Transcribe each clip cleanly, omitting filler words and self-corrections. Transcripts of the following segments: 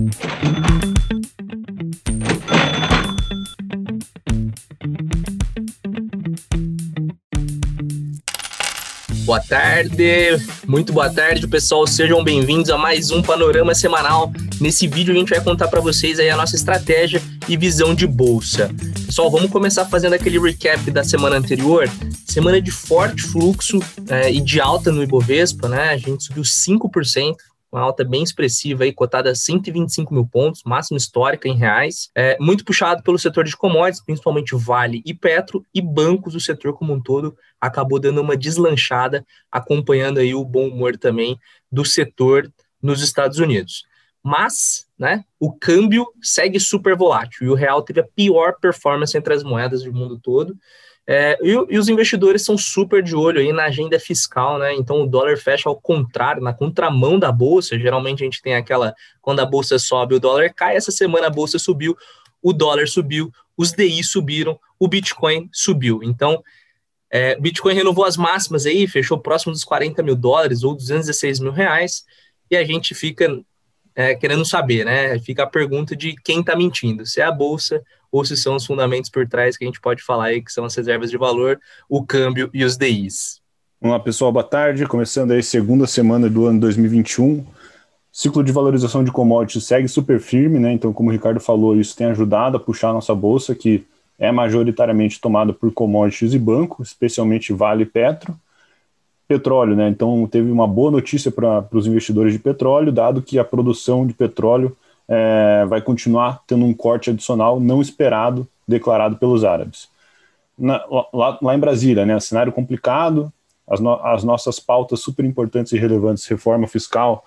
Boa tarde, muito boa tarde, pessoal. Sejam bem-vindos a mais um Panorama Semanal. Nesse vídeo a gente vai contar para vocês aí a nossa estratégia e visão de bolsa. Pessoal, vamos começar fazendo aquele recap da semana anterior. Semana de forte fluxo e de alta no Ibovespa, né? A gente subiu 5%. Uma alta bem expressiva, aí, cotada a 125 mil pontos, máxima histórica em reais. Muito puxado pelo setor de commodities, principalmente Vale e Petro, e bancos, o setor como um todo, acabou dando uma deslanchada, acompanhando aí o bom humor também do setor nos Estados Unidos. Mas, né, o câmbio segue super volátil, e o real teve a pior performance entre as moedas do mundo todo. E os investidores são super de olho aí na agenda fiscal, né? Então o dólar fecha ao contrário, na contramão da bolsa. Geralmente a gente tem aquela, quando a bolsa sobe, o dólar cai. Essa semana a bolsa subiu, o dólar subiu, os DI subiram, o Bitcoin subiu. Então, Bitcoin renovou as máximas aí, fechou próximo dos 40 mil dólares ou 216 mil reais, e a gente fica querendo saber, né? Fica a pergunta de quem está mentindo, se é a bolsa ou se são os fundamentos por trás que a gente pode falar aí, que são as reservas de valor, o câmbio e os DIs. Vamos lá, pessoal, boa tarde. Começando aí segunda semana do ano 2021. Ciclo de valorização de commodities segue super firme, né? Então, como o Ricardo falou, isso tem ajudado a puxar a nossa bolsa, que é majoritariamente tomada por commodities e banco, especialmente Vale e Petro. Petróleo, né? Então, teve uma boa notícia para os investidores de petróleo, dado que a produção de petróleo vai continuar tendo um corte adicional não esperado, declarado pelos árabes. Lá em Brasília, né, cenário complicado, as nossas pautas super importantes e relevantes, reforma fiscal,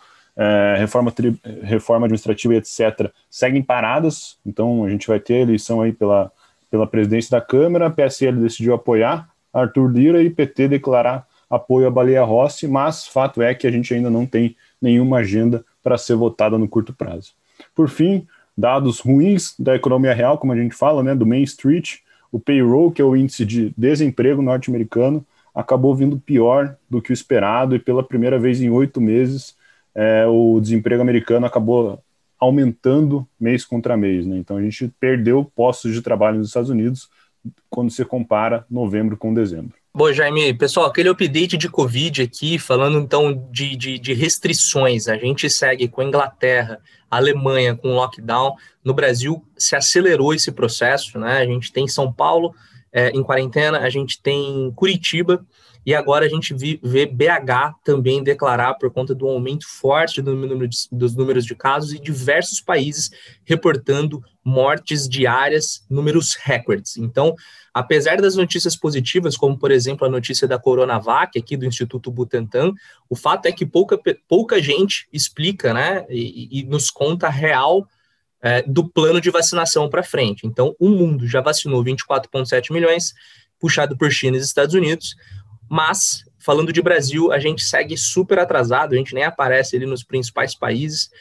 reforma administrativa e etc., seguem paradas. Então a gente vai ter eleição aí pela presidência da Câmara, a PSL decidiu apoiar Arthur Lira e PT declarar apoio à Baleia Rossi, mas fato é que a gente ainda não tem nenhuma agenda para ser votada no curto prazo. Por fim, dados ruins da economia real, como a gente fala, né, do Main Street, o payroll, que é o índice de desemprego norte-americano, acabou vindo pior do que o esperado, e pela primeira vez em 8 meses, o desemprego americano acabou aumentando mês contra mês, né? Então a gente perdeu postos de trabalho nos Estados Unidos quando se compara novembro com dezembro. Bom, Jaime, pessoal, aquele update de Covid aqui, falando então de restrições, a gente segue com a Inglaterra, a Alemanha com lockdown. No Brasil se acelerou esse processo, né? A gente tem São Paulo em quarentena, a gente tem Curitiba, e agora a gente vê BH também declarar por conta do aumento forte dos números de casos, e diversos países reportando mortes diárias, números recordes. Então, apesar das notícias positivas, como, por exemplo, a notícia da Coronavac, aqui do Instituto Butantan, o fato é que pouca gente explica, né, e nos conta a real do plano de vacinação para frente. Então, o mundo já vacinou 24,7 milhões, puxado por China e Estados Unidos, mas, falando de Brasil, a gente segue super atrasado, a gente nem aparece ali nos principais países,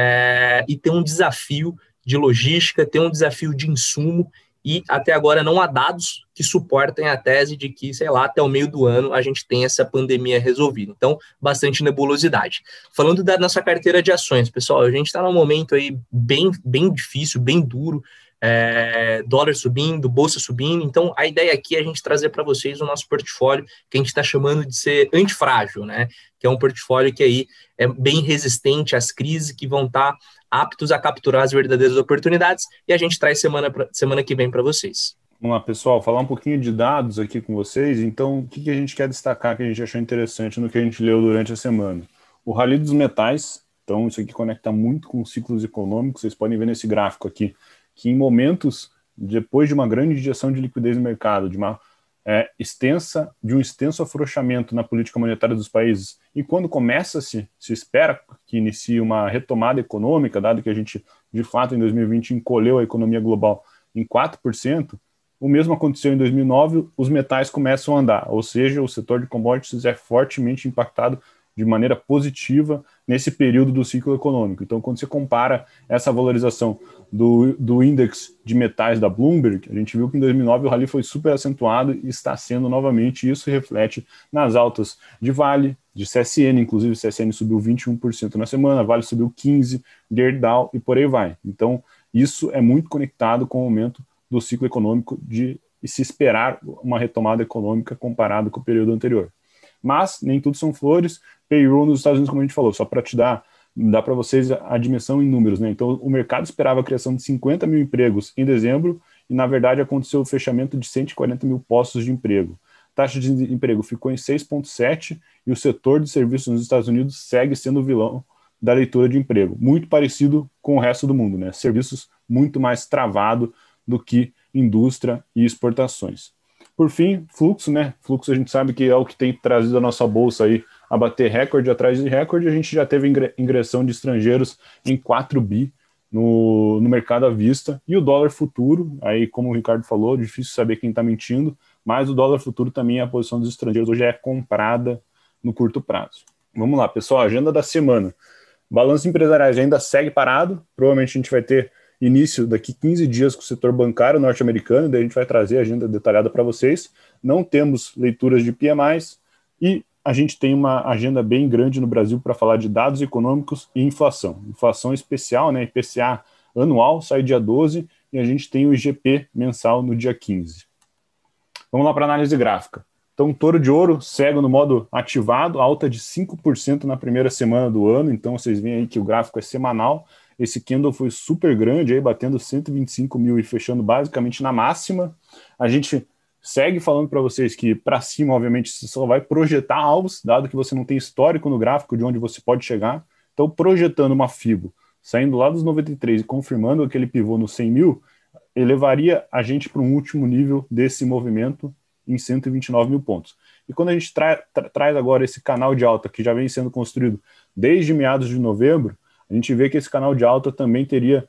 e tem um desafio de logística, tem um desafio de insumo, e até agora não há dados que suportem a tese de que, sei lá, até o meio do ano a gente tem essa pandemia resolvida. Então, bastante nebulosidade. Falando da nossa carteira de ações, pessoal, a gente está num momento aí bem difícil, bem duro, dólar subindo, bolsa subindo. Então, a ideia aqui é a gente trazer para vocês o nosso portfólio, que a gente está chamando de ser antifrágil, né? Que é um portfólio que aí é bem resistente às crises, que vão estar aptos a capturar as verdadeiras oportunidades, e a gente traz semana que vem para vocês. Vamos lá, pessoal, falar um pouquinho de dados aqui com vocês. Então, o que a gente quer destacar, que a gente achou interessante no que a gente leu durante a semana? O rally dos metais. Então, isso aqui conecta muito com os ciclos econômicos. Vocês podem ver nesse gráfico aqui, que em momentos, depois de uma grande injeção de liquidez no mercado, de um extenso afrouxamento na política monetária dos países, e quando se espera que inicie uma retomada econômica, dado que a gente, de fato, em 2020 encolheu a economia global em 4%, o mesmo aconteceu em 2009, os metais começam a andar, ou seja, o setor de commodities é fortemente impactado de maneira positiva nesse período do ciclo econômico. Então, quando você compara essa valorização do índice de metais da Bloomberg, a gente viu que em 2009 o rally foi super acentuado e está sendo novamente, e isso reflete nas altas de Vale, de CSN, inclusive CSN subiu 21% na semana, Vale subiu 15%, Gerdau e por aí vai. Então, isso é muito conectado com o aumento do ciclo econômico de se esperar uma retomada econômica comparado com o período anterior. Mas nem tudo são flores. Payroll nos Estados Unidos, como a gente falou, só para te dar para vocês a dimensão em números, né? Então, o mercado esperava a criação de 50 mil empregos em dezembro e, na verdade, aconteceu o fechamento de 140 mil postos de emprego. A taxa de emprego ficou em 6,7% e o setor de serviços nos Estados Unidos segue sendo o vilão da leitura de emprego. Muito parecido com o resto do mundo, né? Serviços muito mais travado do que indústria e exportações. Por fim, fluxo, né? Fluxo a gente sabe que é o que tem trazido a nossa bolsa aí a bater recorde atrás de recorde. A gente já teve ingressão de estrangeiros em 4 bi no mercado à vista. E o dólar futuro, aí como o Ricardo falou, difícil saber quem está mentindo, mas o dólar futuro também, a posição dos estrangeiros hoje é comprada no curto prazo. Vamos lá, pessoal, agenda da semana. Balanço empresarial ainda segue parado, provavelmente a gente vai ter início daqui 15 dias com o setor bancário norte-americano, daí a gente vai trazer a agenda detalhada para vocês. Não temos leituras de PMIs e a gente tem uma agenda bem grande no Brasil para falar de dados econômicos e inflação. Inflação especial, né, IPCA anual, sai dia 12 e a gente tem o IGP mensal no dia 15. Vamos lá para análise gráfica. Então, Touro de Ouro segue no modo ativado, alta de 5% na primeira semana do ano, então vocês veem aí que o gráfico é semanal. Esse candle foi super grande, aí batendo 125 mil e fechando basicamente na máxima. A gente segue falando para vocês que para cima, obviamente, você só vai projetar alvos, dado que você não tem histórico no gráfico de onde você pode chegar. Então, projetando uma FIBO, saindo lá dos 93 e confirmando aquele pivô no 100 mil, elevaria a gente para um último nível desse movimento em 129 mil pontos. E quando a gente traz agora esse canal de alta que já vem sendo construído desde meados de novembro, a gente vê que esse canal de alta também teria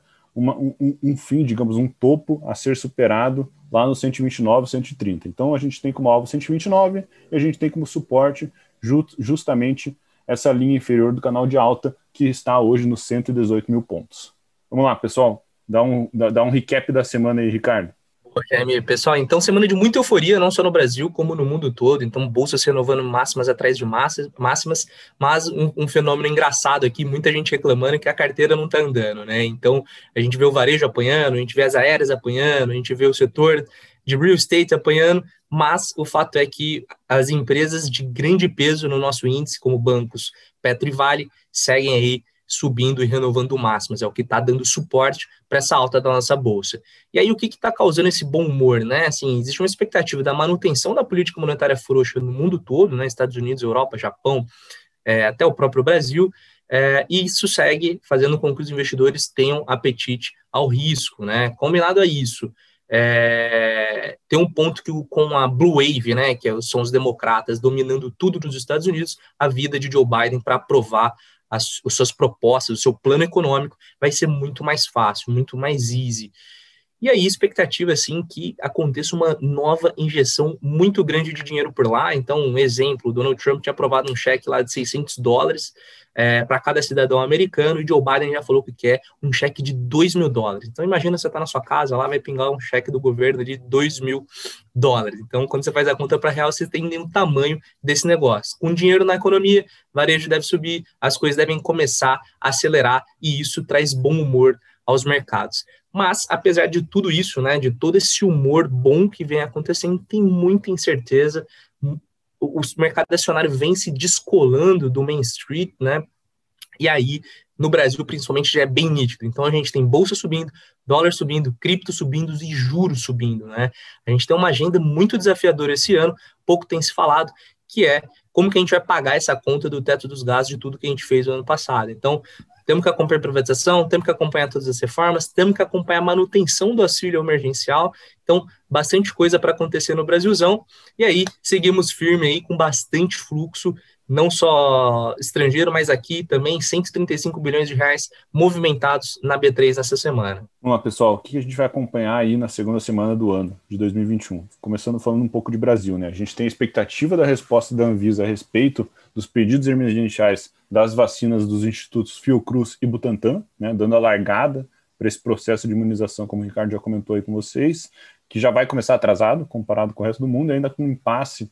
um fim, digamos, um topo a ser superado lá no 129, 130. Então a gente tem como alvo 129 e a gente tem como suporte justamente essa linha inferior do canal de alta que está hoje nos 118 mil pontos. Vamos lá, pessoal, dá um recap da semana aí, Ricardo. Jaime, pessoal, então semana de muita euforia, não só no Brasil, como no mundo todo. Então, bolsas se renovando máximas atrás de máximas, mas um fenômeno engraçado aqui, muita gente reclamando que a carteira não está andando, né? Então, a gente vê o varejo apanhando, a gente vê as aéreas apanhando, a gente vê o setor de real estate apanhando, mas o fato é que as empresas de grande peso no nosso índice, como bancos, Petro e Vale, seguem aí subindo e renovando máximas, é o que está dando suporte para essa alta da nossa bolsa. E aí, o que está causando esse bom humor, né? Assim, existe uma expectativa da manutenção da política monetária frouxa no mundo todo, né? Estados Unidos, Europa, Japão, até o próprio Brasil, e isso segue fazendo com que os investidores tenham apetite ao risco, né? Combinado a isso, tem um ponto que com a Blue Wave, né, que são os democratas dominando tudo nos Estados Unidos, a vida de Joe Biden para aprovar as suas propostas, o seu plano econômico vai ser muito mais fácil, muito mais easy. E aí, expectativa, assim, que aconteça uma nova injeção muito grande de dinheiro por lá. Então, um exemplo, Donald Trump tinha aprovado um cheque lá de $600 para cada cidadão americano, e Joe Biden já falou que quer um cheque de $2.000. Então, imagina você tá na sua casa, lá vai pingar um cheque do governo de $2.000. Então, quando você faz a conta para real, você tem o tamanho desse negócio. Com dinheiro na economia, varejo deve subir, as coisas devem começar a acelerar, e isso traz bom humor aos mercados. Mas, apesar de tudo isso, né, de todo esse humor bom que vem acontecendo, tem muita incerteza. O mercado acionário vem se descolando do Main Street, né? E aí, no Brasil, principalmente, já é bem nítido. Então, a gente tem bolsa subindo, dólar subindo, cripto subindo e juros subindo, né? A gente tem uma agenda muito desafiadora esse ano, pouco tem se falado, que é como que a gente vai pagar essa conta do teto dos gastos de tudo que a gente fez no ano passado. Então, temos que acompanhar a privatização, temos que acompanhar todas as reformas, temos que acompanhar a manutenção do auxílio emergencial. Então, bastante coisa para acontecer no Brasilzão. E aí, seguimos firme aí com bastante fluxo, não só estrangeiro, mas aqui também 135 bilhões de reais movimentados na B3 nessa semana. Vamos lá, pessoal, o que a gente vai acompanhar aí na segunda semana do ano de 2021? Começando falando um pouco de Brasil, né? A gente tem a expectativa da resposta da Anvisa a respeito dos pedidos emergenciais das vacinas dos institutos Fiocruz e Butantan, né? Dando a largada para esse processo de imunização, como o Ricardo já comentou aí com vocês, que já vai começar atrasado comparado com o resto do mundo, ainda com um impasse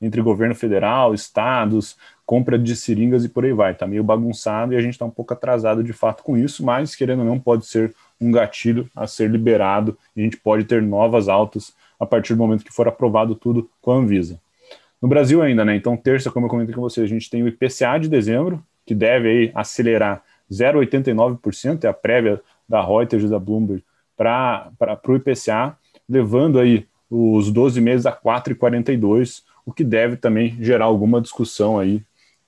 entre governo federal, estados, compra de seringas e por aí vai. Está meio bagunçado e a gente está um pouco atrasado de fato com isso, mas querendo ou não pode ser um gatilho a ser liberado e a gente pode ter novas altas a partir do momento que for aprovado tudo com a Anvisa. No Brasil ainda, né? Então terça, como eu comentei com vocês, a gente tem o IPCA de dezembro, que deve aí acelerar 0,89%, é a prévia da Reuters e da Bloomberg para o IPCA, levando aí os 12 meses a 4,42%, o que deve também gerar alguma discussão aí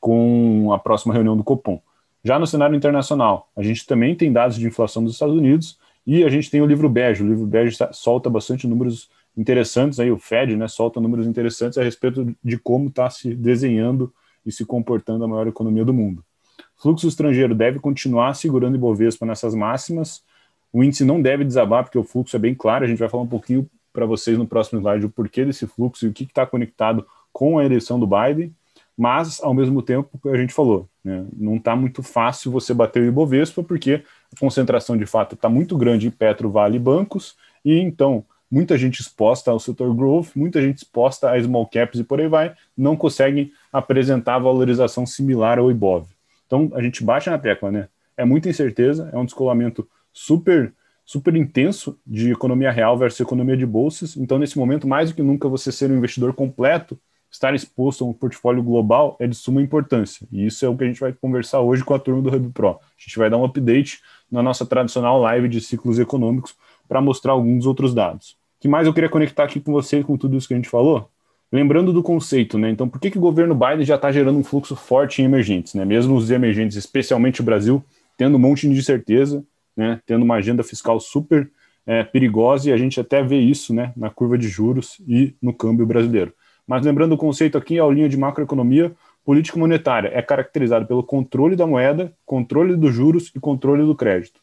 com a próxima reunião do Copom. Já no cenário internacional, a gente também tem dados de inflação dos Estados Unidos e a gente tem o livro bege. O livro bege solta bastante números interessantes, aí o Fed, né, solta números interessantes a respeito de como está se desenhando e se comportando a maior economia do mundo. Fluxo estrangeiro deve continuar segurando o Ibovespa nessas máximas. O índice não deve desabar, porque o fluxo é bem claro. A gente vai falar um pouquinho para vocês no próximo slide o porquê desse fluxo e o que está conectado com a eleição do Biden. Mas, ao mesmo tempo, a gente falou, né, não está muito fácil você bater o Ibovespa, porque a concentração de fato está muito grande em Petro, Vale e bancos, e então muita gente exposta ao setor growth, muita gente exposta a small caps e por aí vai, não conseguem apresentar valorização similar ao Ibov. Então, a gente bate na tecla, né? É muita incerteza, é um descolamento super intenso de economia real versus economia de bolsas. Então, nesse momento, mais do que nunca, você ser um investidor completo, estar exposto a um portfólio global é de suma importância. E isso é o que a gente vai conversar hoje com a turma do Hub Pro. A gente vai dar um update na nossa tradicional live de ciclos econômicos para mostrar alguns outros dados. O que mais eu queria conectar aqui com você, com tudo isso que a gente falou? Lembrando do conceito, né? Então, por que o governo Biden já está gerando um fluxo forte em emergentes, né? Mesmo os emergentes, especialmente o Brasil, tendo um monte de incerteza, né? Tendo uma agenda fiscal super perigosa, e a gente até vê isso, né? Na curva de juros e no câmbio brasileiro. Mas lembrando o conceito aqui, a aulinha de macroeconomia, política monetária é caracterizada pelo controle da moeda, controle dos juros e controle do crédito.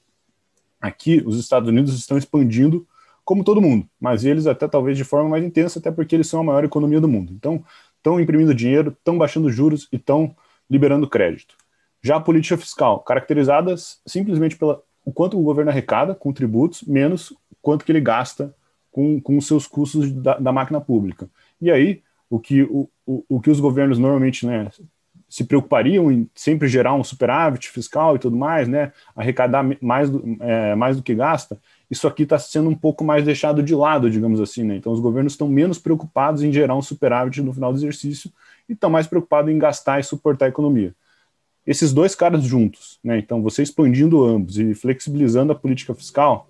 Aqui, os Estados Unidos estão expandindo como todo mundo, mas eles até talvez de forma mais intensa, até porque eles são a maior economia do mundo. Então, estão imprimindo dinheiro, estão baixando juros e estão liberando crédito. Já a política fiscal, caracterizada simplesmente pelo quanto o governo arrecada com tributos, menos o quanto que ele gasta com os seus custos da máquina pública. E aí, o que os governos normalmente, né, se preocupariam em sempre gerar um superávit fiscal e tudo mais, né, arrecadar mais do que gasta, isso aqui está sendo um pouco mais deixado de lado, digamos assim, né? Então os governos estão menos preocupados em gerar um superávit no final do exercício e estão mais preocupados em gastar e suportar a economia. Esses dois caras juntos, né? Então você expandindo ambos e flexibilizando a política fiscal,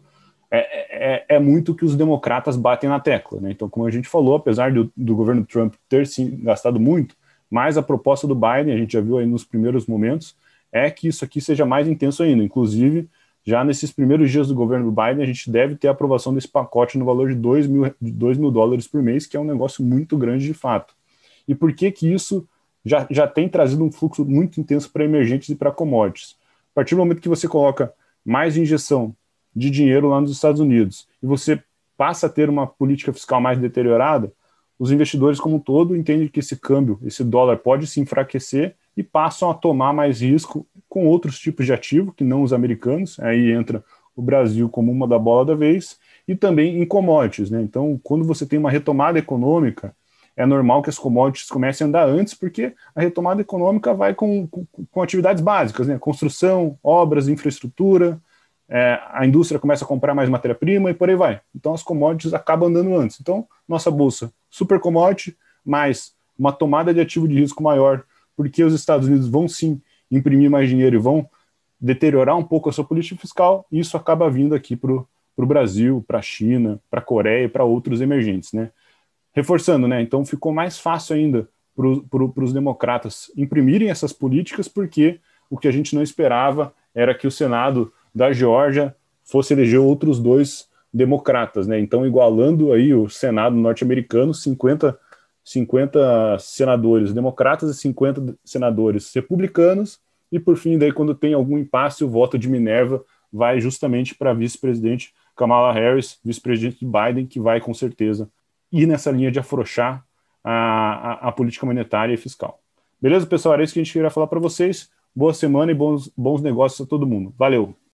é muito que os democratas batem na tecla, né? Então, como a gente falou, apesar do governo Trump ter sim gastado muito, mas a proposta do Biden, a gente já viu aí nos primeiros momentos, é que isso aqui seja mais intenso ainda. Inclusive, já nesses primeiros dias do governo do Biden, a gente deve ter a aprovação desse pacote no valor de $2 mil por mês, que é um negócio muito grande de fato. E por que isso já tem trazido um fluxo muito intenso para emergentes e para commodities? A partir do momento que você coloca mais injeção de dinheiro lá nos Estados Unidos e você passa a ter uma política fiscal mais deteriorada, os investidores como um todo entendem que esse câmbio, esse dólar pode se enfraquecer e passam a tomar mais risco com outros tipos de ativo, que não os americanos. Aí entra o Brasil como uma da bola da vez, e também em commodities, né? Então, quando você tem uma retomada econômica, é normal que as commodities comecem a andar antes, porque a retomada econômica vai com atividades básicas, né? Construção, obras, infraestrutura, a indústria começa a comprar mais matéria-prima e por aí vai. Então as commodities acabam andando antes. Então, nossa bolsa, super commodity, mais uma tomada de ativo de risco maior, porque os Estados Unidos vão sim imprimir mais dinheiro e vão deteriorar um pouco a sua política fiscal, e isso acaba vindo aqui para o Brasil, para a China, para a Coreia e para outros emergentes, né? Reforçando, né? Então ficou mais fácil ainda para os democratas imprimirem essas políticas, porque o que a gente não esperava era que o Senado da Geórgia fosse eleger outros dois democratas, né? Então, igualando aí o Senado norte-americano, 50 senadores democratas e 50 senadores republicanos, e por fim, daí quando tem algum impasse, o voto de Minerva vai justamente para a vice-presidente Kamala Harris, vice-presidente Biden, que vai com certeza ir nessa linha de afrouxar a política monetária e fiscal. Beleza, pessoal? Era isso que a gente queria falar para vocês. Boa semana e bons negócios a todo mundo. Valeu!